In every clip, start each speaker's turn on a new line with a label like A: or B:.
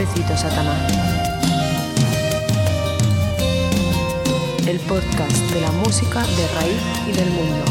A: Pobrecito Satanás. El podcast de la música de raíz y del mundo.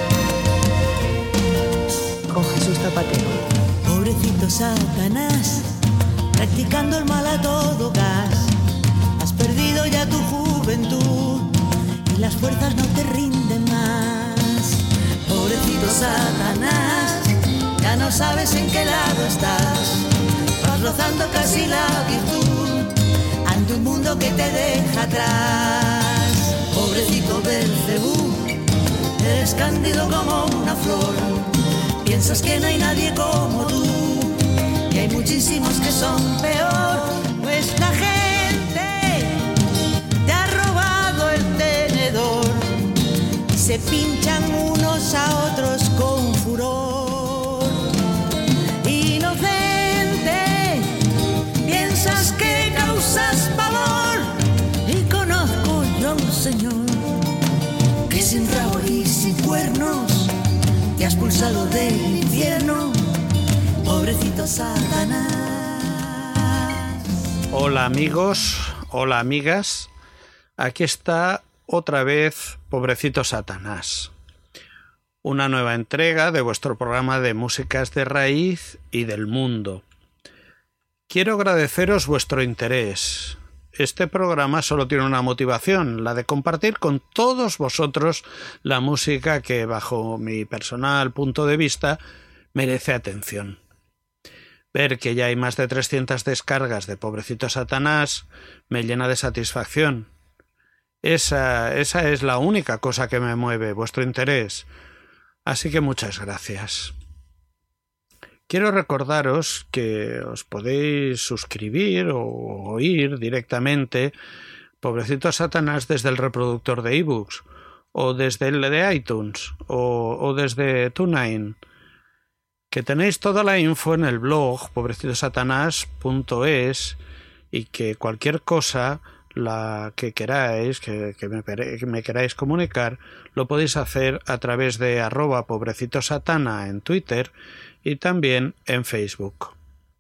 A: Con Jesús Zapatero.
B: Pobrecito Satanás, practicando el mal a todo gas. Has perdido ya tu juventud y las fuerzas no te rinden más. Pobrecito Satanás, ya no sabes en qué lado estás. Vas rozando casi la virtud ante un mundo que te deja atrás. Pobrecito Belcebú, eres cándido como una flor. Piensas que no hay nadie como tú y hay muchísimos que son peor. Pues la gente te ha robado el tenedor y se pinchan unos a otros con furor. Inocente, piensas que causas pavor y conozco yo a un señor que sin rabo y sin cuernos te has pulsado del infierno, pobrecito Satanás.
C: Hola amigos, hola amigas, aquí está otra vez Pobrecito Satanás, una nueva entrega de vuestro programa de músicas de raíz y del mundo. Quiero agradeceros vuestro interés. Este programa solo tiene una motivación, la de compartir con todos vosotros la música que, bajo mi personal punto de vista, merece atención. Ver que ya hay más de 300 descargas de Pobrecito Satanás me llena de satisfacción. Esa es la única cosa que me mueve, vuestro interés. Así que muchas gracias. Quiero recordaros que os podéis suscribir o oír directamente Pobrecito Satanás desde el reproductor de ebooks o desde el de iTunes o desde TuneIn, que tenéis toda la info en el blog pobrecitosatanás.es y que cualquier cosa la que queráis, que me queráis comunicar, lo podéis hacer a través de @pobrecitosatana en Twitter y también en Facebook.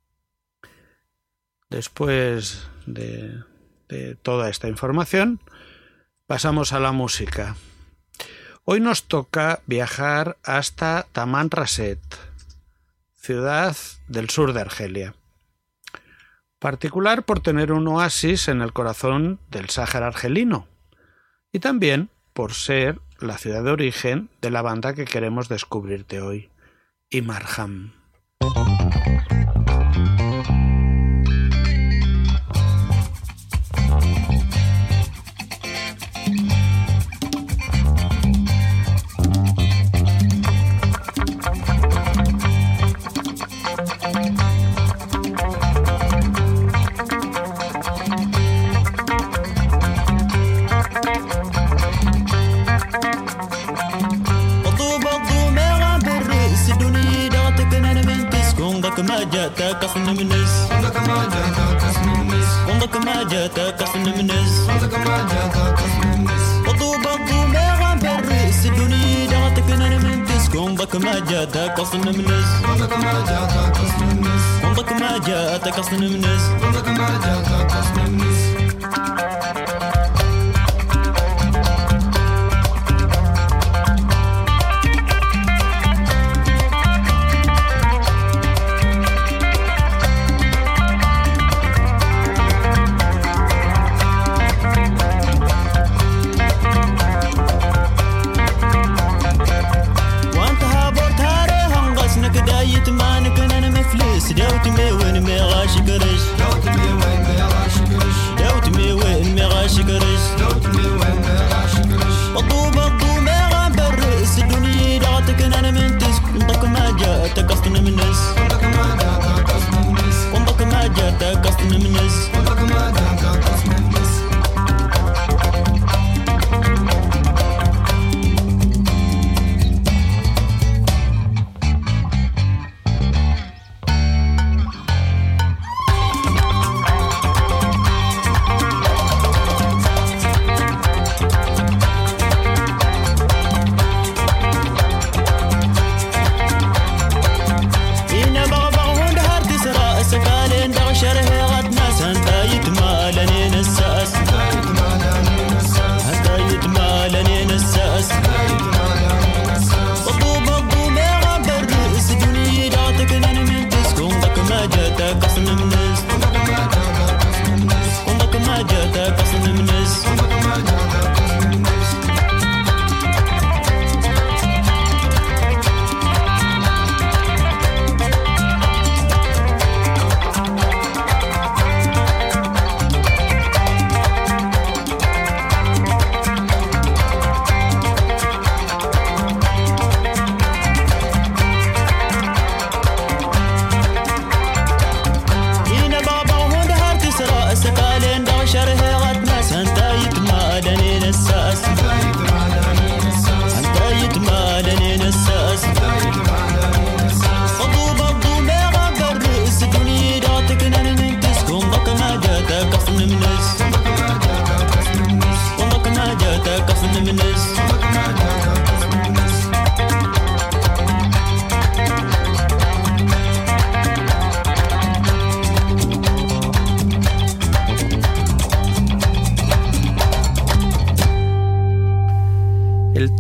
C: Después de toda esta información, pasamos a la música. Hoy nos toca viajar hasta Tamanrasset, ciudad del sur de Argelia. Particular por tener un oasis en el corazón del Sáhara argelino y también por ser la ciudad de origen de la banda que queremos descubrirte hoy, Imarham.
D: ما جاتك أصل منس عندك ما جاتك أصل منس عندك ما جاتك أصل منس عندك ما جاتك أصل منس وطوبك ما غام بالرئيس الدنيا جاتك أنا من تسك عندك ما جاتك أصل منس عندك ما جاتك أصل منس عندك ما جاتك أصل منس عندك ما جاتك أصل منس شره غدنا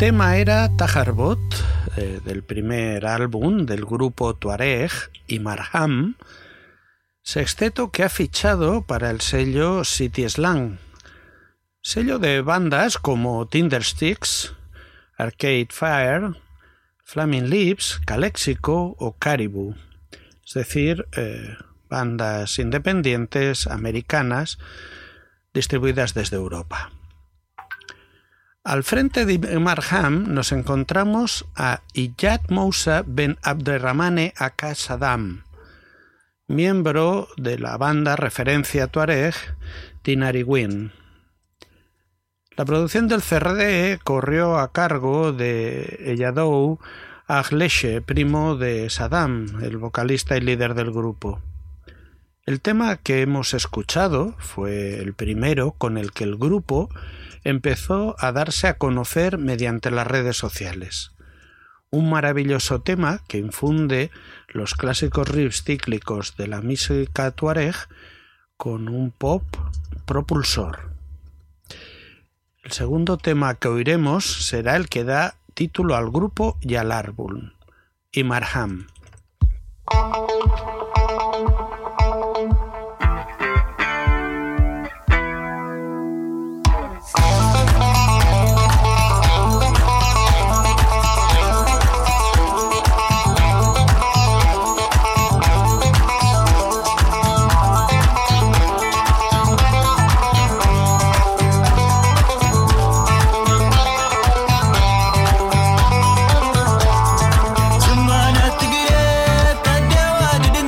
C: tema era Taharbot, del primer álbum del grupo Tuareg y Marham, sexteto que ha fichado para el sello City Slang, sello de bandas como Tindersticks, Arcade Fire, Flaming Lips, Calexico o Caribou, es decir, bandas independientes americanas distribuidas desde Europa. Al frente de Marham nos encontramos a Iyad Moussa Ben Abderrahmane Aka Saddam, miembro de la banda referencia tuareg Tinariwen. La producción del CRD corrió a cargo de Eyadou Agleshe, primo de Saddam, el vocalista y líder del grupo. El tema que hemos escuchado fue el primero con el que el grupo empezó a darse a conocer mediante las redes sociales. Un maravilloso tema que infunde los clásicos riffs cíclicos de la música tuareg con un pop propulsor. El segundo tema que oiremos será el que da título al grupo y al álbum, y Marham.
D: Zumana tigre, kadewa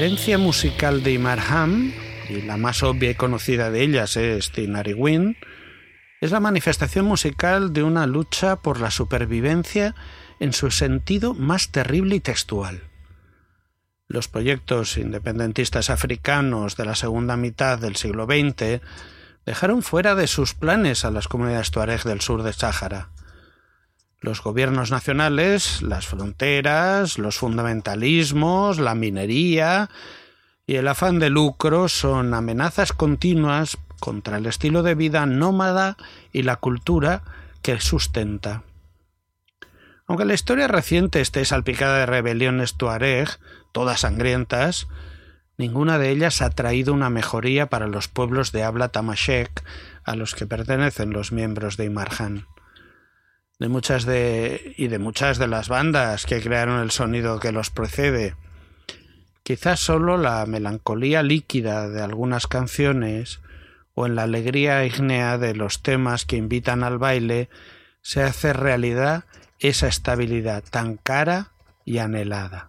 C: herencia musical de Imarham, y la más obvia y conocida de ellas es Tinariwen, es la manifestación musical de una lucha por la supervivencia en su sentido más terrible y textual. Los proyectos independentistas africanos de la segunda mitad del siglo XX dejaron fuera de sus planes a las comunidades tuareg del sur del Sáhara. Los gobiernos nacionales, las fronteras, los fundamentalismos, la minería y el afán de lucro son amenazas continuas contra el estilo de vida nómada y la cultura que sustenta. Aunque la historia reciente esté salpicada de rebeliones tuareg, todas sangrientas, ninguna de ellas ha traído una mejoría para los pueblos de habla tamashek a los que pertenecen los miembros de Imarham. De muchas de las bandas que crearon el sonido que los precede, quizás solo la melancolía líquida de algunas canciones o en la alegría ígnea de los temas que invitan al baile se hace realidad esa estabilidad tan cara y anhelada.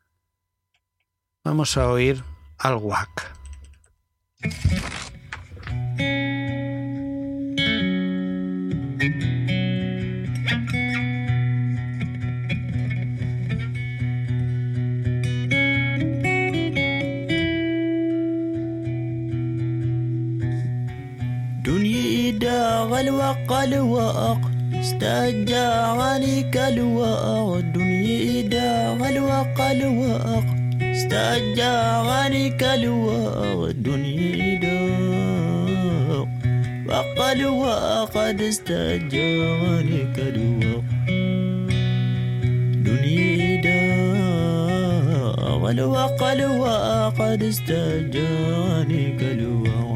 C: Vamos a oír al Wak.
D: الوق استجارني كالوق دنيا الوق استجارني كالوق دنيا وقالوا قد استجارني كالوق دنيا وقالوا قد استجارني كالوق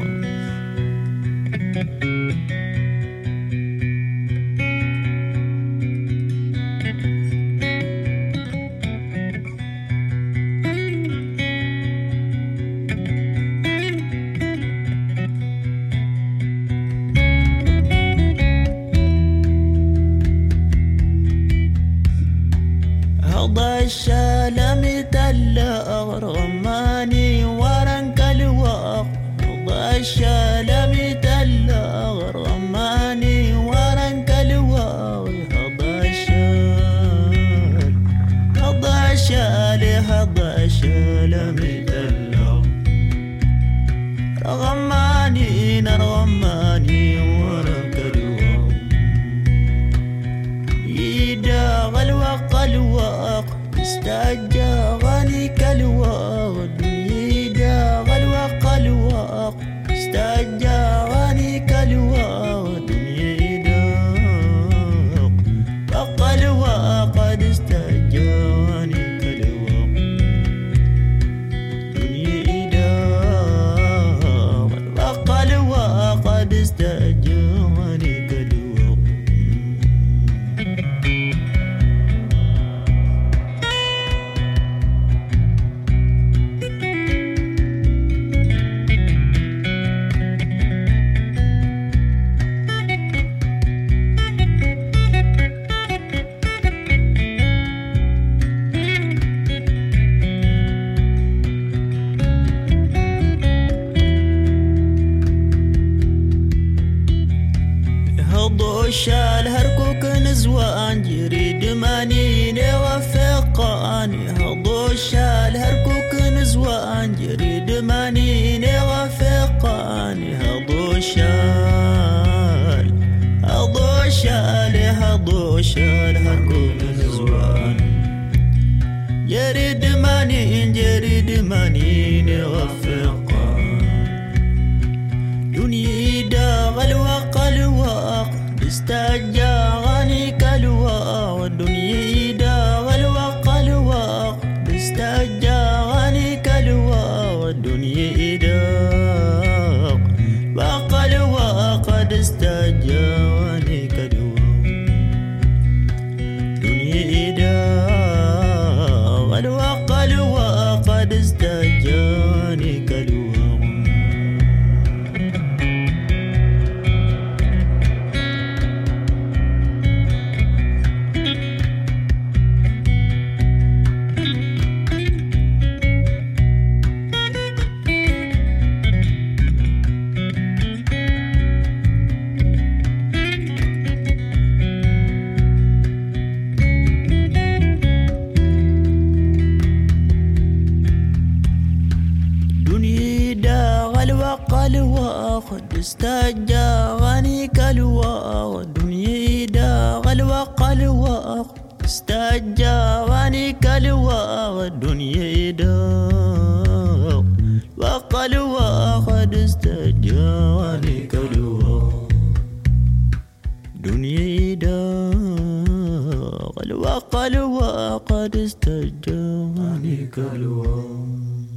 D: الشالم تلا رماني ورنك الوق الشالم تلا رماني ورنك الوق هذا الشالم تلا رغماني ورنك الوق يدا الوق استجارني كالوق دنيا الوق استجارني كالوق دنيا الوق قد استجارني كالوق دنيا الوق قد استجارني كالوق شال هركوك نزوان جريد ماني نوافقاني هضو شال هركوك نزوان جريد ماني نوافقاني هضو شال هركوك نزوان جريد ماني نوافقاني دنيا دا الوق استجارني كالوق الدنيا دا الوق استجارني كالوق الدنيا دا الوق قد استجارني كالوق الدنيا دا الوق قد استجارني كالوق استجاغني كالواغ دنيا داغ الوق الواغ استجاغني كالواغ دنيا داغ وق الواغ استجاغني كالواغ دنيا داغ الوق الواغ استجاغني كالواغ.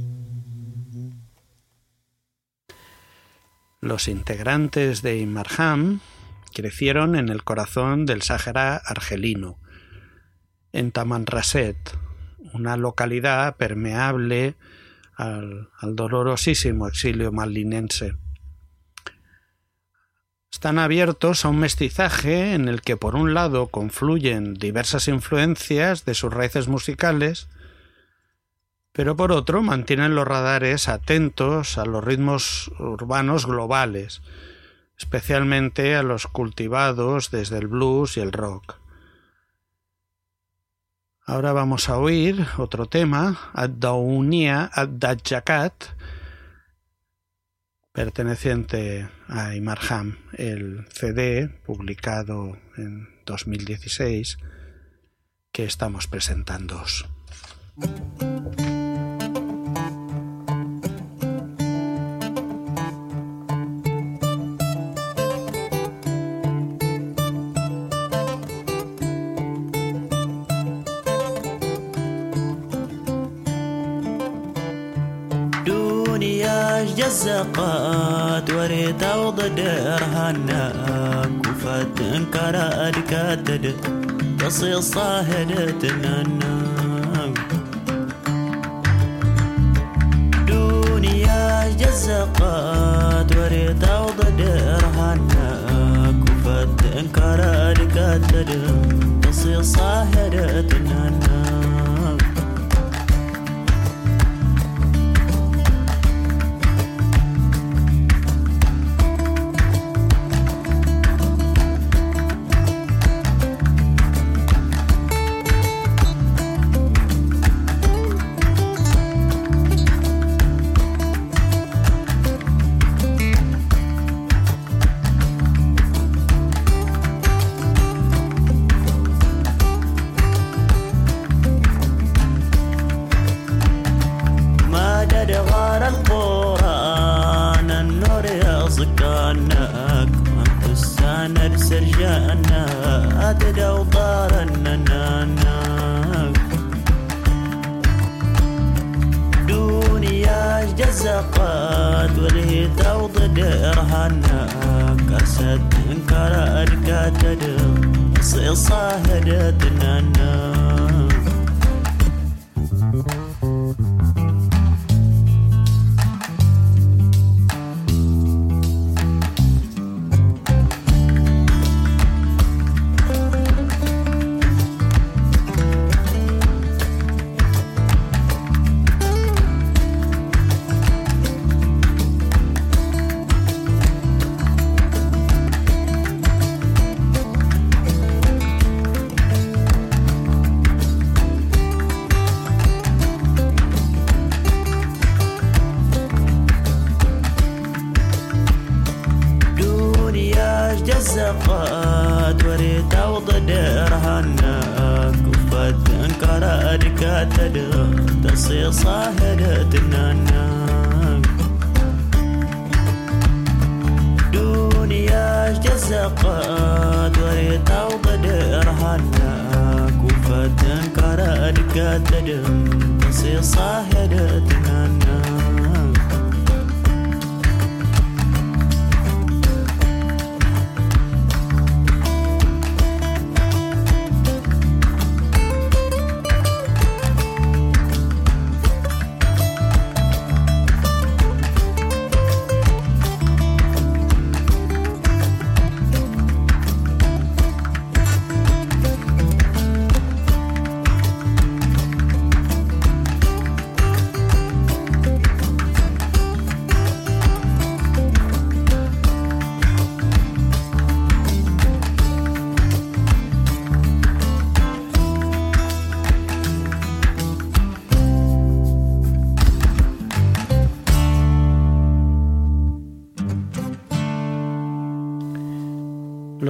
C: Los integrantes de Imarham crecieron en el corazón del Sáhara argelino, en Tamanrasset, una localidad permeable al dolorosísimo exilio malvinense. Están abiertos a un mestizaje en el que por un lado confluyen diversas influencias de sus raíces musicales, pero por otro mantienen los radares atentos a los ritmos urbanos globales, especialmente a los cultivados desde el blues y el rock. Ahora vamos a oír otro tema, Ad-Dawniya Ad-Dajakat, perteneciente a Imarham, el CD publicado en 2016 que estamos presentándoos.
D: جزقات وريت وضد رهناك وفات انكر ادكاتد تصير صاهدت الناك دنيا جزقات وريت وضد رهناك وفات انكر ادكاتد تصير صاهدت الناك زقات ولي توضد رهناك أسد انكر أركاتد صي صاهدت الناك زقات وريت وضد رهناك وفات انكر ادكاتد تصير صاهدت الناك دنيا جزقات وريت وضد رهناك وفات انكر ادكاتد تصير صاهدت الناك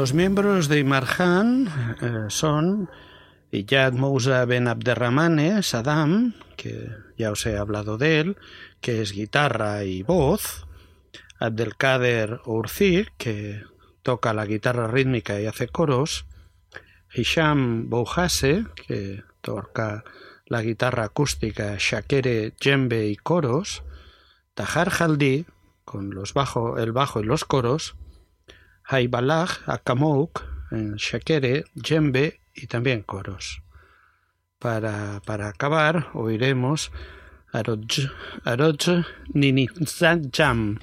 C: Los miembros de Imarjan son Iyad Mousa Ben Abderramane Saddam, que ya os he hablado de él, que es guitarra y voz, Abdelkader Urzik, que toca la guitarra rítmica y hace coros, Hisham Bouhasse, que toca la guitarra acústica, shakere, djembe y coros, Tahar Haldi, con el bajo y los coros, Haibalagh Akamouk, en shakere, djembe y también coros. Para acabar, oiremos Aroj Ninitsajam.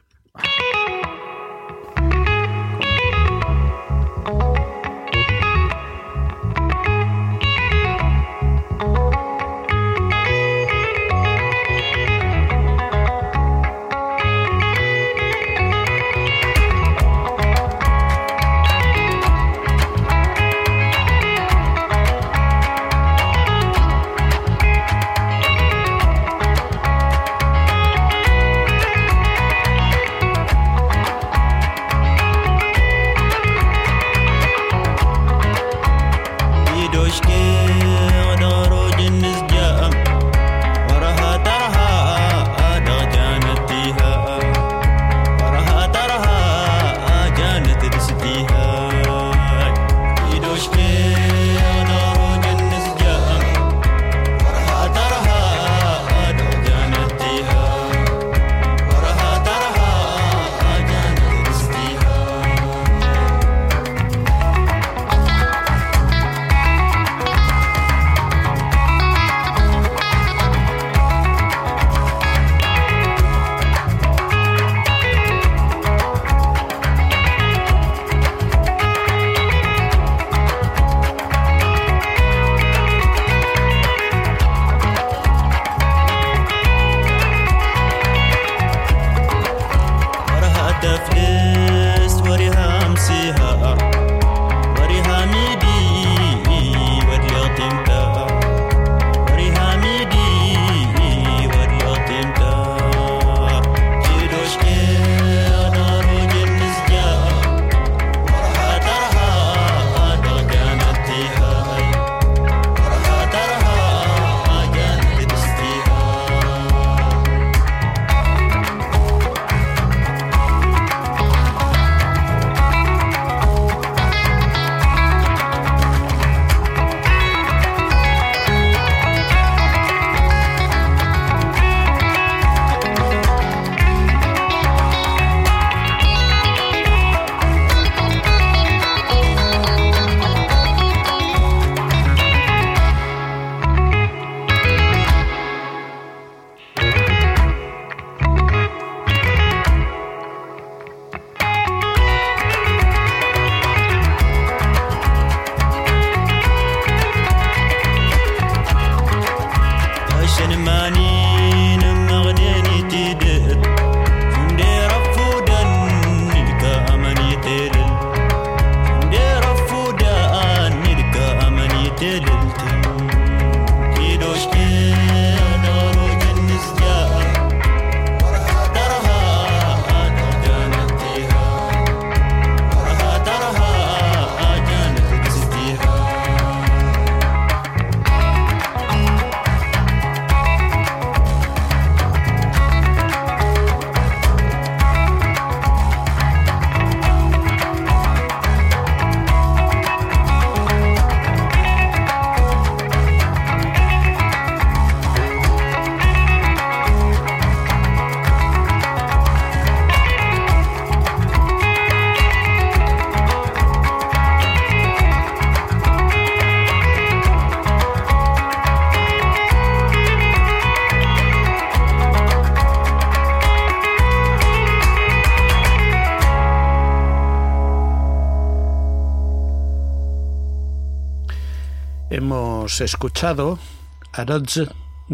C: Hemos escuchado Aroj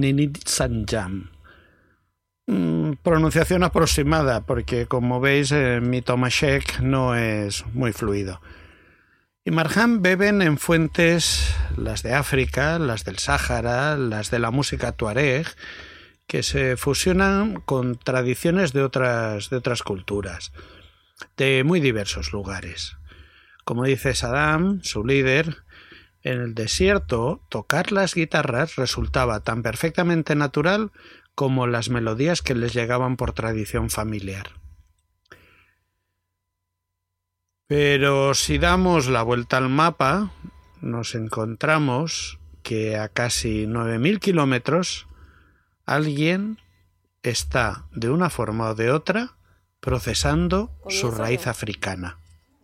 C: Ninitsajam. Pronunciación aproximada, porque como veis mi tomashek no es muy fluido. Imarjan beben en fuentes, las de África, las del Sáhara, las de la música tuareg, que se fusionan con tradiciones de otras culturas, de muy diversos lugares. Como dice Saddam, su líder, en el desierto tocar las guitarras resultaba tan perfectamente natural como las melodías que les llegaban por tradición familiar. Pero si damos la vuelta al mapa, nos encontramos que a casi 9.000 kilómetros alguien está, de una forma o de otra, procesando su raíz africana.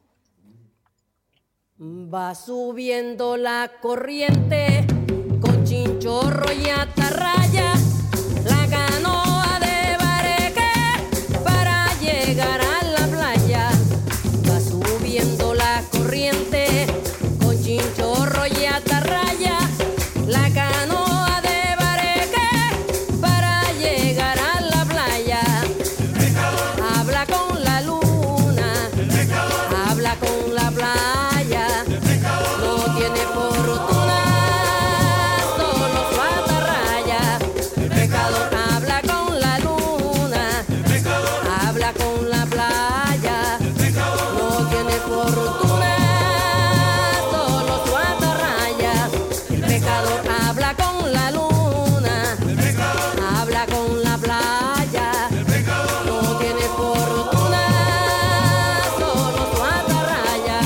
E: Va subiendo la corriente con chinchorro y atarraya, la canoa de bareque para llegar a la playa. Va subiendo la corriente con chinchorro y atarraya, la canoa de bareque para llegar a la playa. Habla con la luna, habla con la playa, no tiene fortuna, solo su atarraya. El pescador habla con la luna, habla con la playa, no tiene fortuna, solo su atarraya. El pescador habla con la luna, habla con la playa, no tiene fortuna, solo su atarraya.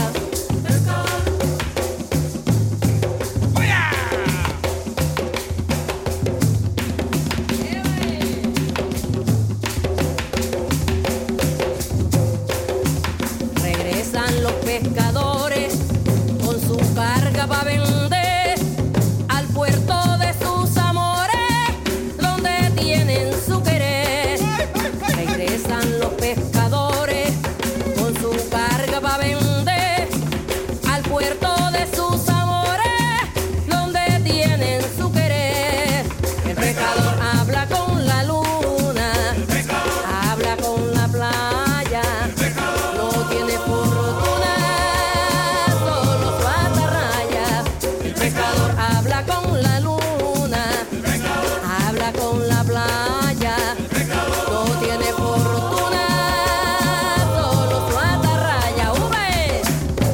E: Regresan los pescadores con su carga para vender al puerto de sus amores, donde tienen su querer. Regresan los pescadores con su carga para vender al puerto de sus amores, donde tienen su querer. El pescador habla con la luna, habla con la playa, no tiene fortuna, solo su atarraya. El pescador habla con la luna, habla con la playa, no tiene fortuna, solo su atarraya. ¡Ube!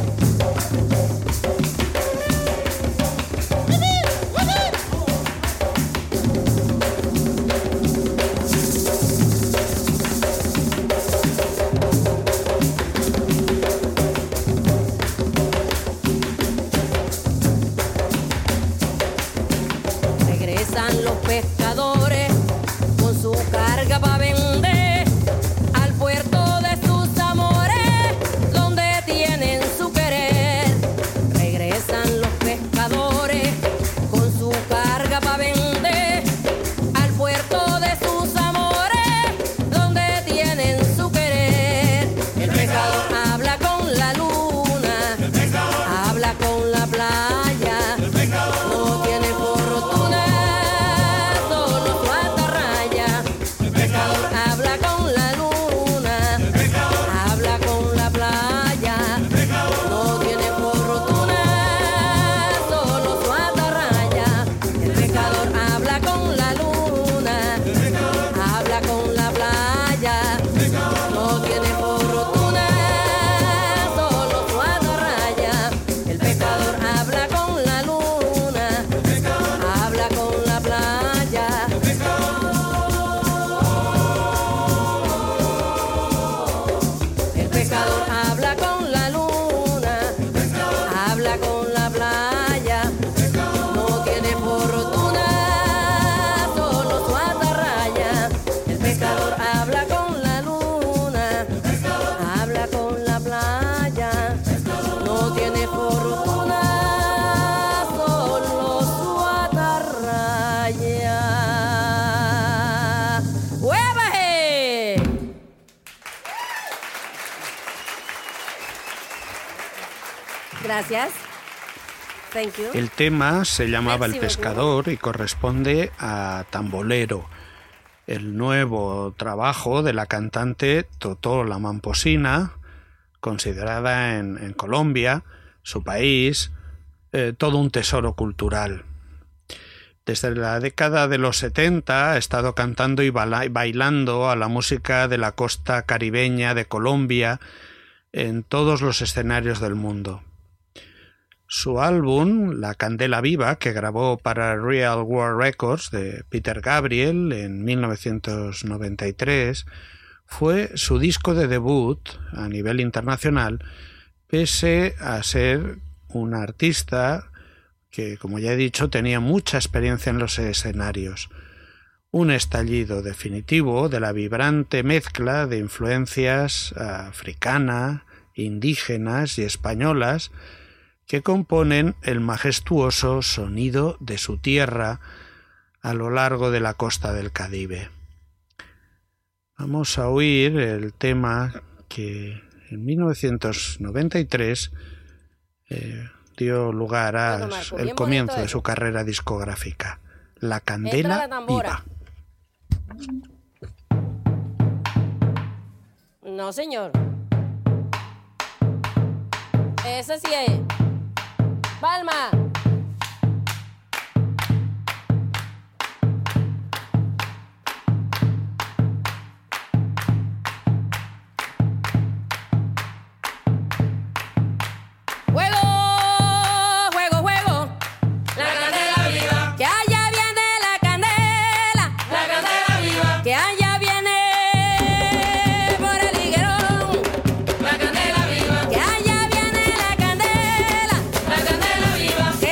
E: Regresan los pescadores con su carga para vender al puerto de sus amores, donde tienen su querer. Regresan los pescadores con su carga para vender al puerto de sus amores, donde tienen su querer. El pescador habla con la luna, habla con la playa, no tiene fortuna, solo su atarraya. El pescador habla con la luna, habla con la playa, no tiene fortuna, solo su atarraya. El pescador habla con la luna, habla con la playa, no tiene fortuna, solo su atarraya. El pescador habla con la luna, habla con la playa. El pescador habla con la luna, habla con la playa, no tiene fortuna, solo su atarraya. El pescador habla con la luna, habla con la playa, no tiene fortuna, solo su atarraya. ¡Huevaje! Gracias. Thank you.
C: El tema se llamaba El
E: Merci
C: pescador y corresponde a Tambolero, el nuevo trabajo de la cantante Totó la Mamposina, considerada en Colombia, su país, todo un tesoro cultural. Desde la década de los 70 ha estado cantando y bailando a la música de la costa caribeña de Colombia, en todos los escenarios del mundo. Su álbum, La Candela Viva, que grabó para Real World Records de Peter Gabriel en 1993, fue su disco de debut a nivel internacional, pese a ser un artista que, como ya he dicho, tenía mucha experiencia en los escenarios. Un estallido definitivo de la vibrante mezcla de influencias africanas, indígenas y españolas que componen el majestuoso sonido de su tierra a lo largo de la costa del Caribe. Vamos a oír el tema que en 1993 dio lugar al comienzo de su carrera discográfica, La Candela Viva.
E: No, señor. Ese sí es. Palma.
F: Que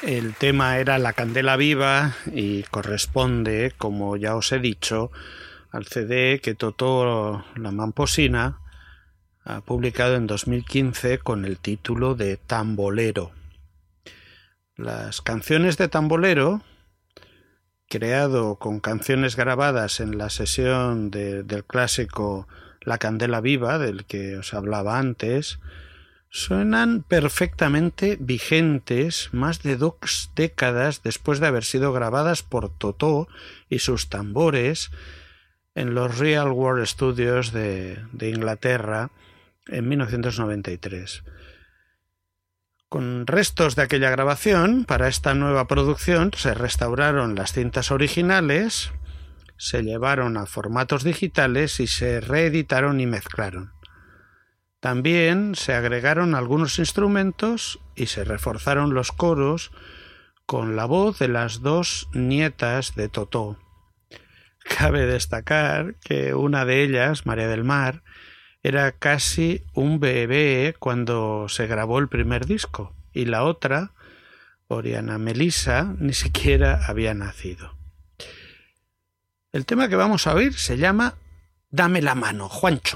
C: El tema era La Candela Viva y corresponde, como ya os he dicho, al CD que Totó La Mamposina ha publicado en 2015 con el título de Tambolero. Las canciones de Tambolero, creado con canciones grabadas en la sesión del clásico La Candela Viva, del que os hablaba antes, suenan perfectamente vigentes más de 2 décadas después de haber sido grabadas por Totó y sus tambores en los Real World Studios de Inglaterra en 1993. Con restos de aquella grabación, para esta nueva producción se restauraron las cintas originales, se llevaron a formatos digitales y se reeditaron y mezclaron. También se agregaron algunos instrumentos y se reforzaron los coros con la voz de las 2 nietas de Totó. Cabe destacar que una de ellas, María del Mar, era casi un bebé cuando se grabó el primer disco, y la otra, Oriana Melisa, ni siquiera había nacido. El tema que vamos a oír se llama Dame la mano, Juancho.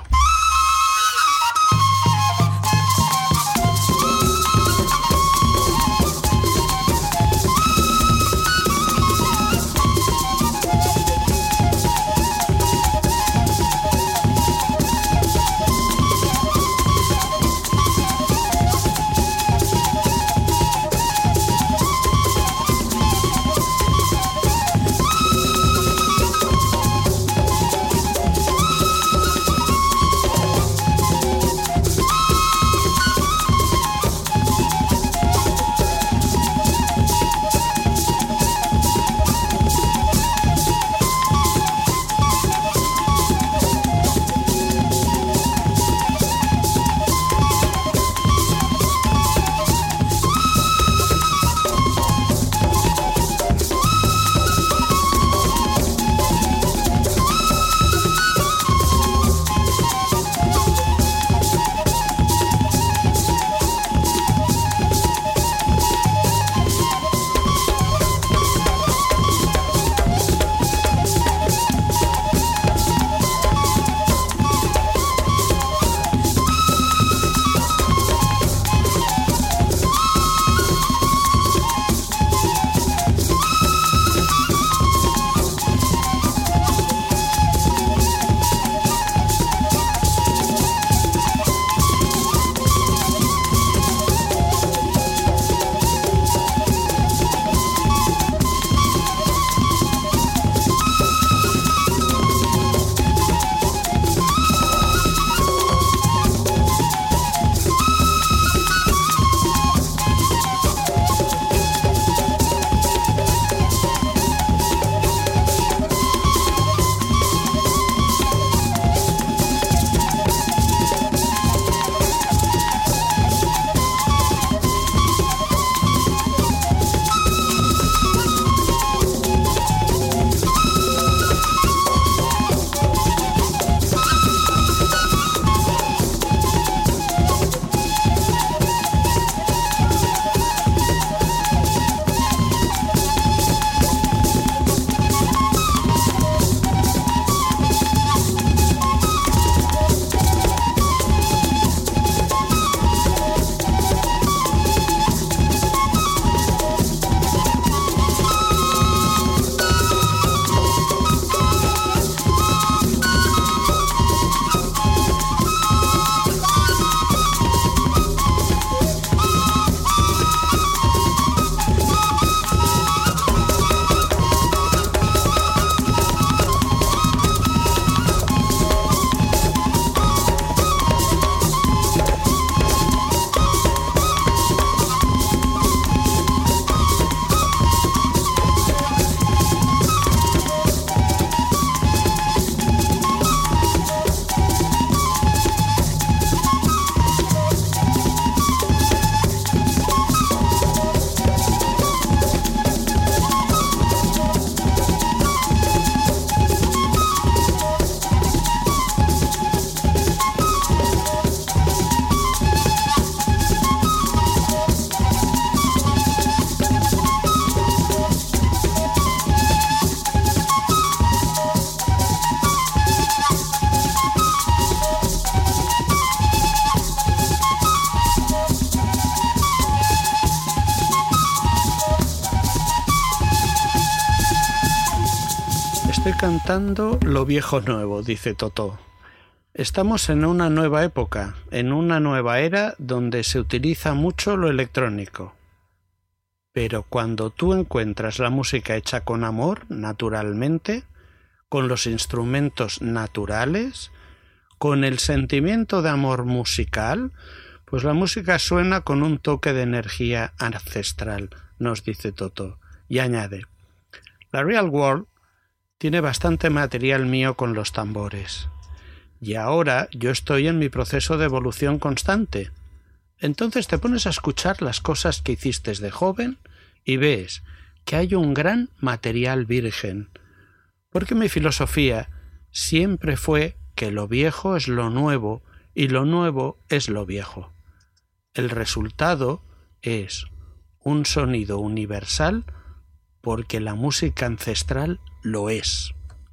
C: Estoy cantando Lo viejo nuevo, dice Totó. Estamos en una nueva época, en una nueva era donde se utiliza mucho lo electrónico. Pero cuando tú encuentras la música hecha con amor, naturalmente, con los instrumentos naturales, con el sentimiento de amor musical, pues la música suena con un toque de energía ancestral, nos dice Totó. Y añade, la Real World tiene bastante material mío con los tambores. Y ahora yo estoy en mi proceso de evolución constante. Entonces te pones a escuchar las cosas que hiciste de joven y ves que hay un gran material virgen. Porque mi filosofía siempre fue que lo viejo es lo nuevo y lo nuevo es lo viejo. El resultado es un sonido universal porque la música ancestral lo es.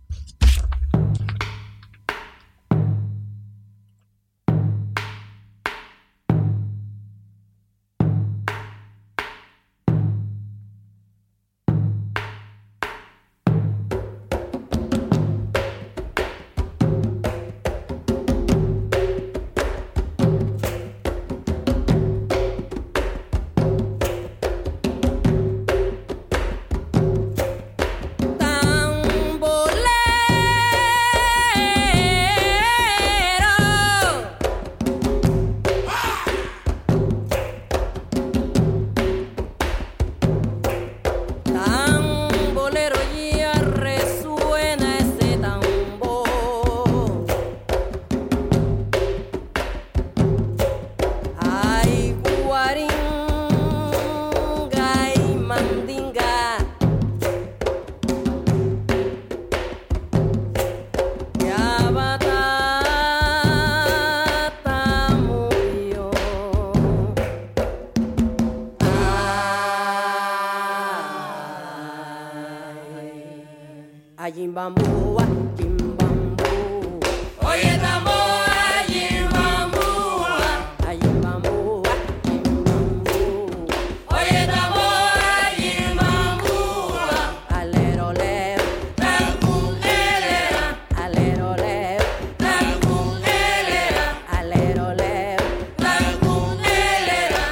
E: Jimbambúa, Jimbambú. Oye, tambora, Jimbambúa. Jimbambúa, Jimbambú. Oye, tambora, Jimbambúa. Alero leo, algún elera. Alero leo, algún elera. Alero leo, algún elera.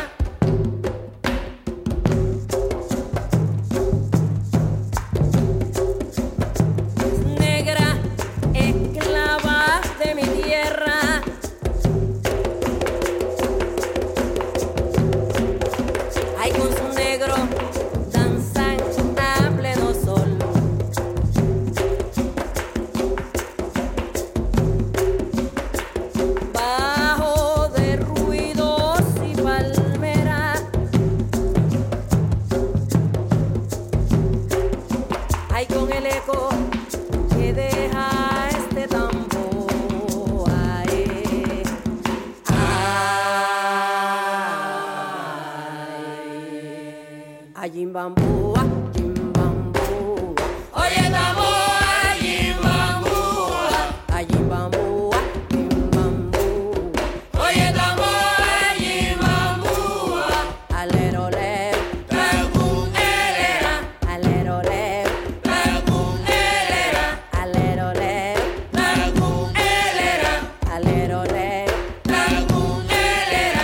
E: Jimbambúa, Jimbambú. Oye, tambora, Jimbambúa. Jimbambúa, Jimbambú. Oye, tambora, Jimbambúa. Alero leo, algún elera. Alero leo, algún elera. Alero leo, algún elera. Alero leo, algún elera.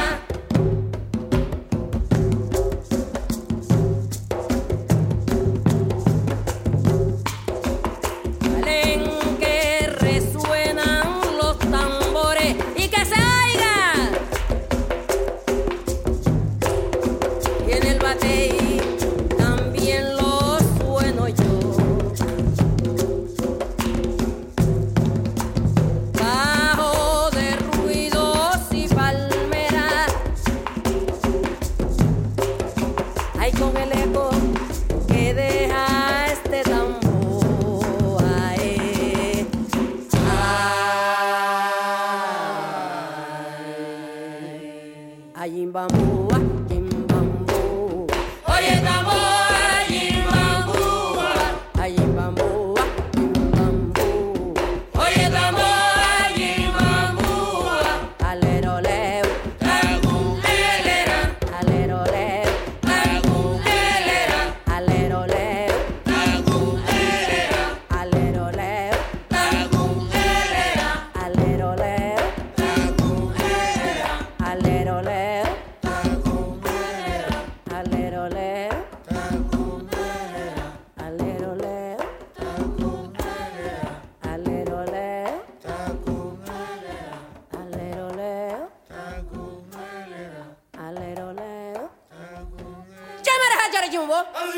E: Jimbambúa, Jimbambú. Oye, tambora, Jimbambúa. Jimbambúa, Jimbambú. Oye, tambora, Jimbambúa. Alero leo, algún elera. Alero leo, algún elera. Alero leo, algún elera. Alero Arechimbo.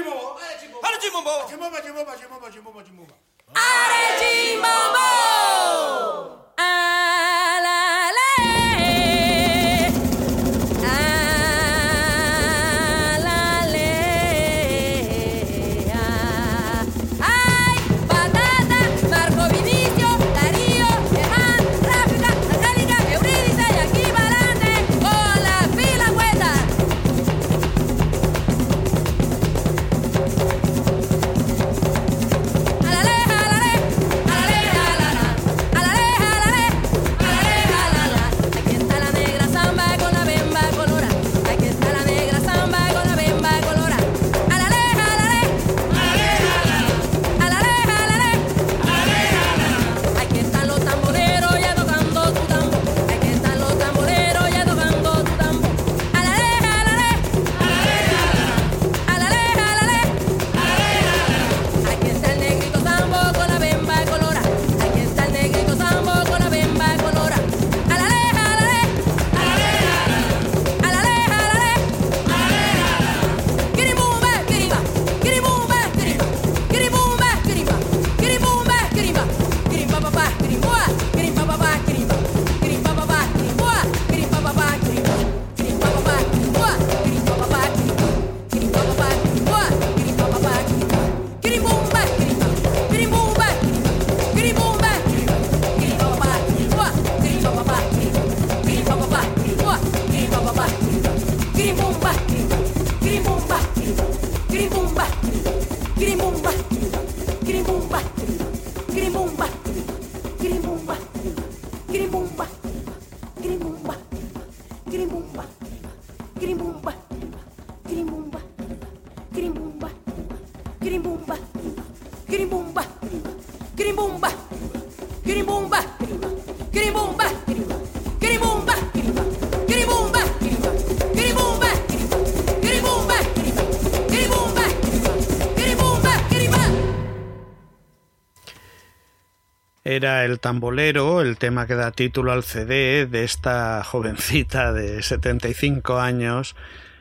C: Era El Tambolero, el tema que da título al CD de esta jovencita de 75 años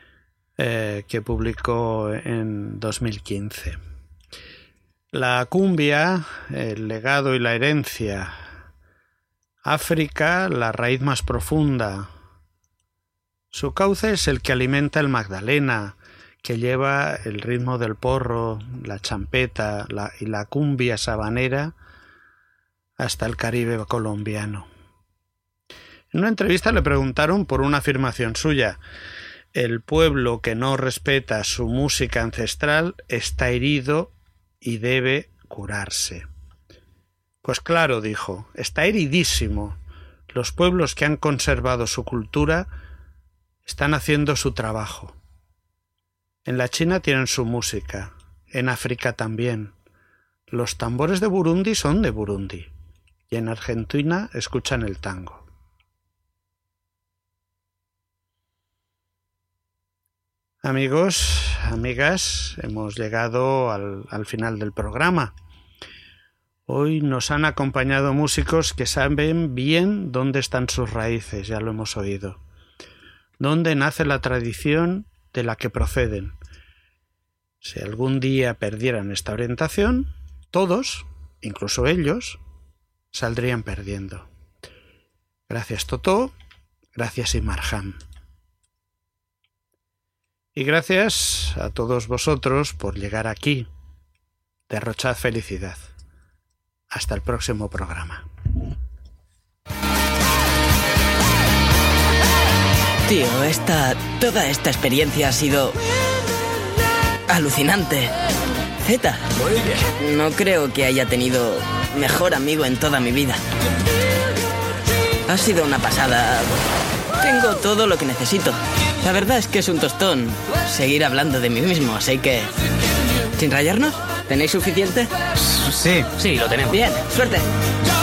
C: que publicó en 2015. La cumbia, el legado y la herencia. África, la raíz más profunda. Su cauce es el que alimenta el Magdalena, que lleva el ritmo del porro, la champeta y la cumbia sabanera hasta el Caribe colombiano. En una entrevista le preguntaron por una afirmación suya: el pueblo que no respeta su música ancestral está herido y debe curarse. Pues claro, dijo, está heridísimo. Los pueblos que han conservado su cultura están haciendo su trabajo. En la China tienen su música, en África también. Los tambores de Burundi son de Burundi. Y en Argentina escuchan el tango. Amigos, amigas, hemos llegado al final del programa. Hoy nos han acompañado músicos que saben bien dónde están sus raíces, ya lo hemos oído. Dónde nace la tradición de la que proceden. Si algún día perdieran esta orientación, todos, incluso ellos, saldrían perdiendo. Gracias Totó, gracias Imarjam. Y gracias a todos vosotros por llegar aquí. Derrochad felicidad. Hasta el próximo programa.
F: Tío, toda esta experiencia ha sido alucinante. Zeta, no creo que haya tenido mejor amigo en toda mi vida. Ha sido una pasada. Tengo todo lo que necesito. La verdad es que es un tostón seguir hablando de mí mismo, así que... ¿Sin rayarnos? ¿Tenéis suficiente?
G: Sí, lo tenemos.
F: Bien, suerte.